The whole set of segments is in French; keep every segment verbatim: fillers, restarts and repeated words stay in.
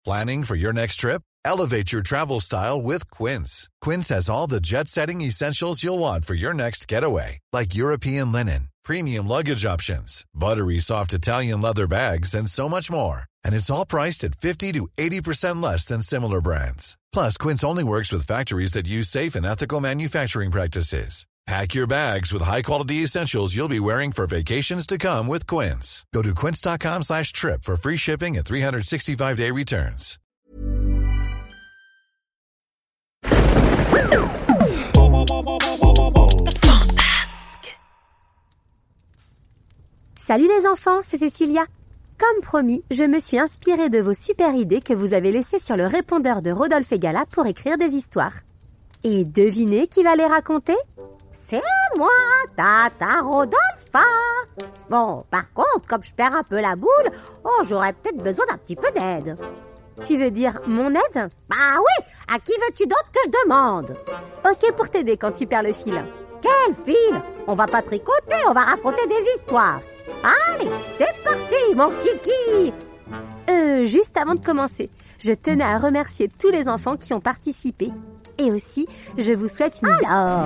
Planning for your next trip? Elevate your travel style with Quince. Quince has all the jet-setting essentials you'll want for your next getaway, like European linen, premium luggage options, buttery soft Italian leather bags, and so much more. And it's all priced at fifty to eighty percent less than similar brands. Plus, Quince only works with factories that use safe and ethical manufacturing practices. Pack your bags with high-quality essentials you'll be wearing for vacations to come with Quince. Go to quince.com slash trip for free shipping and three sixty-five day returns. Fantasque. Salut les enfants, c'est Cécilia. Comme promis, je me suis inspirée de vos super idées que vous avez laissées sur le répondeur de Rodolphe et Gala pour écrire des histoires. Et devinez qui va les raconter ? C'est moi, Tata Rodolphe. Bon, par contre, comme je perds un peu la boule, oh, j'aurais peut-être besoin d'un petit peu d'aide. Tu veux dire mon aide ? Bah oui, à qui veux-tu d'autre que je demande ? Ok pour t'aider quand tu perds le fil. Quel fil ? On va pas tricoter, on va raconter des histoires. Allez, c'est parti, mon kiki. Euh, juste avant de commencer, je tenais à remercier tous les enfants qui ont participé. Et aussi, je vous souhaite une... Alors,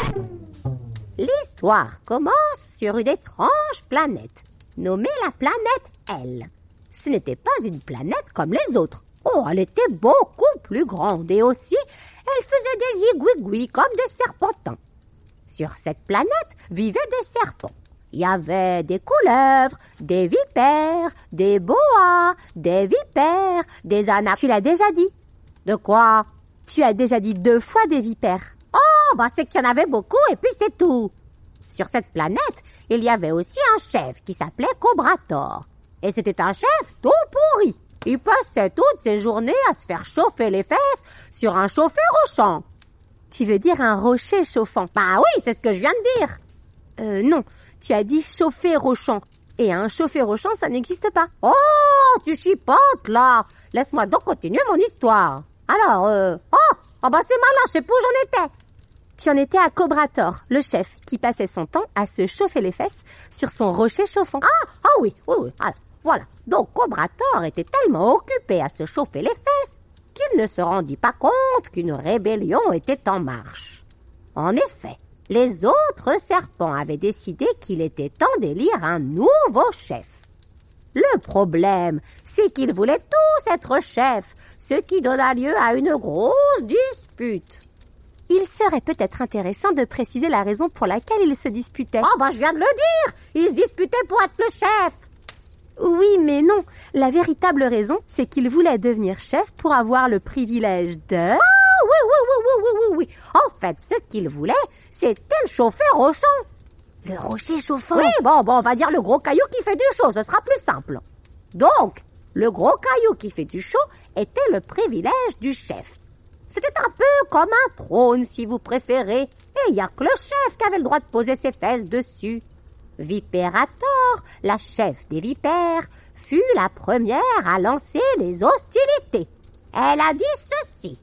l'histoire commence sur une étrange planète, nommée la planète L. Ce n'était pas une planète comme les autres. Oh, elle était beaucoup plus grande et aussi, elle faisait des igouigouis comme des serpentins. Sur cette planète vivaient des serpents. Il y avait des couleuvres, des vipères, des boas, des vipères, des anacondas. Tu l'as déjà dit. De quoi ? Tu as déjà dit deux fois des vipères. Oh, bah c'est qu'il y en avait beaucoup et puis c'est tout. Sur cette planète, il y avait aussi un chef qui s'appelait Cobrator. Et c'était un chef tout pourri. Il passait toutes ses journées à se faire chauffer les fesses sur un chauffeur au champ. Tu veux dire un rocher chauffant ? Bah oui, c'est ce que je viens de dire. Euh, non, tu as dit chauffer au champ. Et un chauffeur au champ, ça n'existe pas. Oh, tu chipotes là. Laisse-moi donc continuer mon histoire. Alors, euh... Oh, oh bah c'est malin, je sais pas où j'en étais. Tu en étais à Cobrator, le chef, qui passait son temps à se chauffer les fesses sur son rocher chauffant. Ah, ah oui, oui, oui. Alors, voilà. Donc Cobrator était tellement occupé à se chauffer les fesses qu'il ne se rendit pas compte qu'une rébellion était en marche. En effet, les autres serpents avaient décidé qu'il était temps d'élire un nouveau chef. Le problème, c'est qu'ils voulaient tous être chefs, ce qui donna lieu à une grosse dispute. Il serait peut-être intéressant de préciser la raison pour laquelle ils se disputaient. Oh, bah je viens de le dire. Ils se disputaient pour être le chef. Oui, mais non. La véritable raison, c'est qu'ils voulaient devenir chef pour avoir le privilège de... Ah, oui, oui, oui, oui, oui, oui, oui. En fait, ce qu'ils voulaient, c'était le chauffeur au champ. Le rocher chauffant. Oui, bon, bon, on va dire le gros caillou qui fait du chaud, ce sera plus simple. Donc, le gros caillou qui fait du chaud était le privilège du chef. C'était un peu comme un trône, si vous préférez. Et il n'y a que le chef qui avait le droit de poser ses fesses dessus. Viperator, la chef des vipères, fut la première à lancer les hostilités. Elle a dit ceci.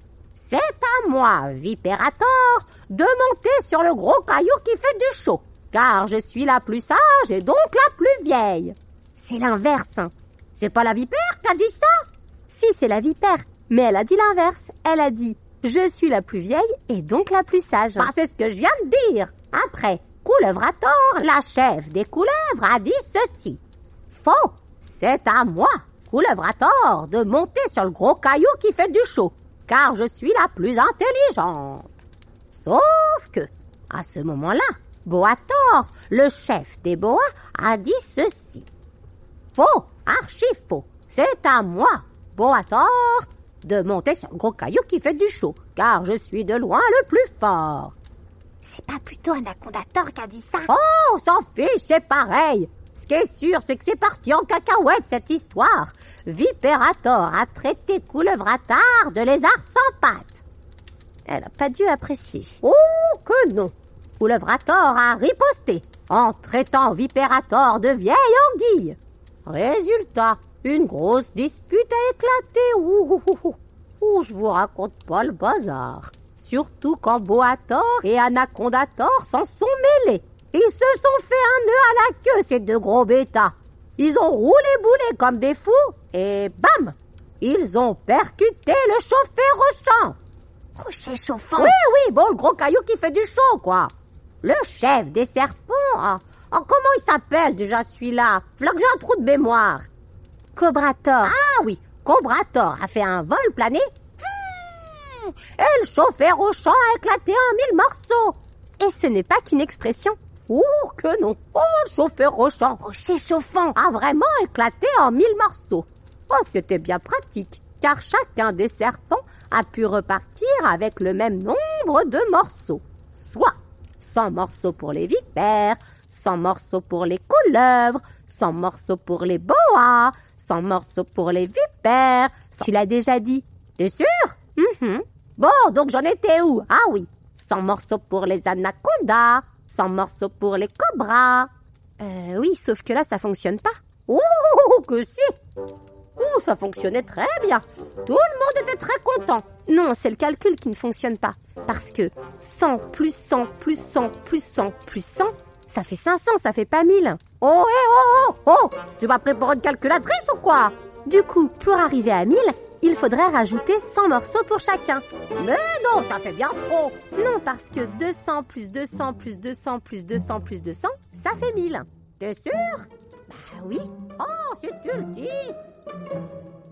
« C'est à moi, Viperator, de monter sur le gros caillou qui fait du chaud, car je suis la plus sage et donc la plus vieille. » C'est l'inverse. C'est pas la vipère qui a dit ça? Si, c'est la vipère. Mais elle a dit l'inverse. Elle a dit « Je suis la plus vieille et donc la plus sage. » Bah, c'est ce que je viens de dire. Après, Couleuvrator, la chef des couleuvres, a dit ceci. « Faux, c'est à moi, Couleuvrator, de monter sur le gros caillou qui fait du chaud, car je suis la plus intelligente. » Sauf que, à ce moment-là, Boator, le chef des boas, a dit ceci. « Faux, archi faux, c'est à moi, Boator, de monter sur le gros caillou qui fait du chaud, car je suis de loin le plus fort. » C'est pas plutôt Anacondator qui a dit ça? Oh, s'en fiche, c'est pareil. Ce qui est sûr, c'est que c'est parti en cacahuète, cette histoire. Viperator a traité Couleuvratar de lézard sans pattes. Elle a pas dû apprécier. Oh, que non. Couleuvrator a riposté en traitant Viperator de vieille anguille. Résultat, une grosse dispute a éclaté. Ouh, ouh, ouh, ouh. Ouh, je vous raconte pas le bazar. Surtout quand Boator et Anacondator s'en sont mêlés. Ils se sont fait un nœud à la queue, ces deux gros bêtas. Ils ont roulé-boulé comme des fous et bam, Ils ont percuté le chauffeur-rochant. Rocher chauffant. Oui, oui, bon, le gros caillou qui fait du chaud, quoi. Le chef des serpents. Oh, oh, comment il s'appelle déjà celui-là? Voilà que j'ai un trou de mémoire. Cobrator. Ah oui, Cobrator a fait un vol plané. Et le chauffeur-rochant a éclaté en mille morceaux. Et ce n'est pas qu'une expression. Oh que non. Oh, le chauffeur-rochant. Rocher chauffant. A vraiment éclaté en mille morceaux. Oh, c'était bien pratique, car chacun des serpents a pu repartir avec le même nombre de morceaux. Soit cent morceaux pour les vipères, cent morceaux pour les couleuvres, cent morceaux pour les boas, cent morceaux pour les vipères. Tu l'as déjà dit. T'es sûr? Mm-hmm. Bon, donc j'en étais où? Ah oui, cent morceaux pour les anacondas, cent morceaux pour les cobras. Euh, oui, sauf que là, ça fonctionne pas. Oh, que si! Oh, ça fonctionnait très bien. Tout le monde était très content. Non, c'est le calcul qui ne fonctionne pas. Parce que cent plus cent plus cent plus cent plus cent, ça fait cinq cents, ça fait pas mille. Oh, eh, oh, oh, oh! Tu m'as pris pour une calculatrice ou quoi? Du coup, pour arriver à mille, il faudrait rajouter cent morceaux pour chacun. Mais non, ça fait bien trop. Non, parce que deux cents plus deux cents plus deux cents plus deux cents plus deux cents, ça fait mille. T'es sûr? Bah oui. Oh, si tu le dis.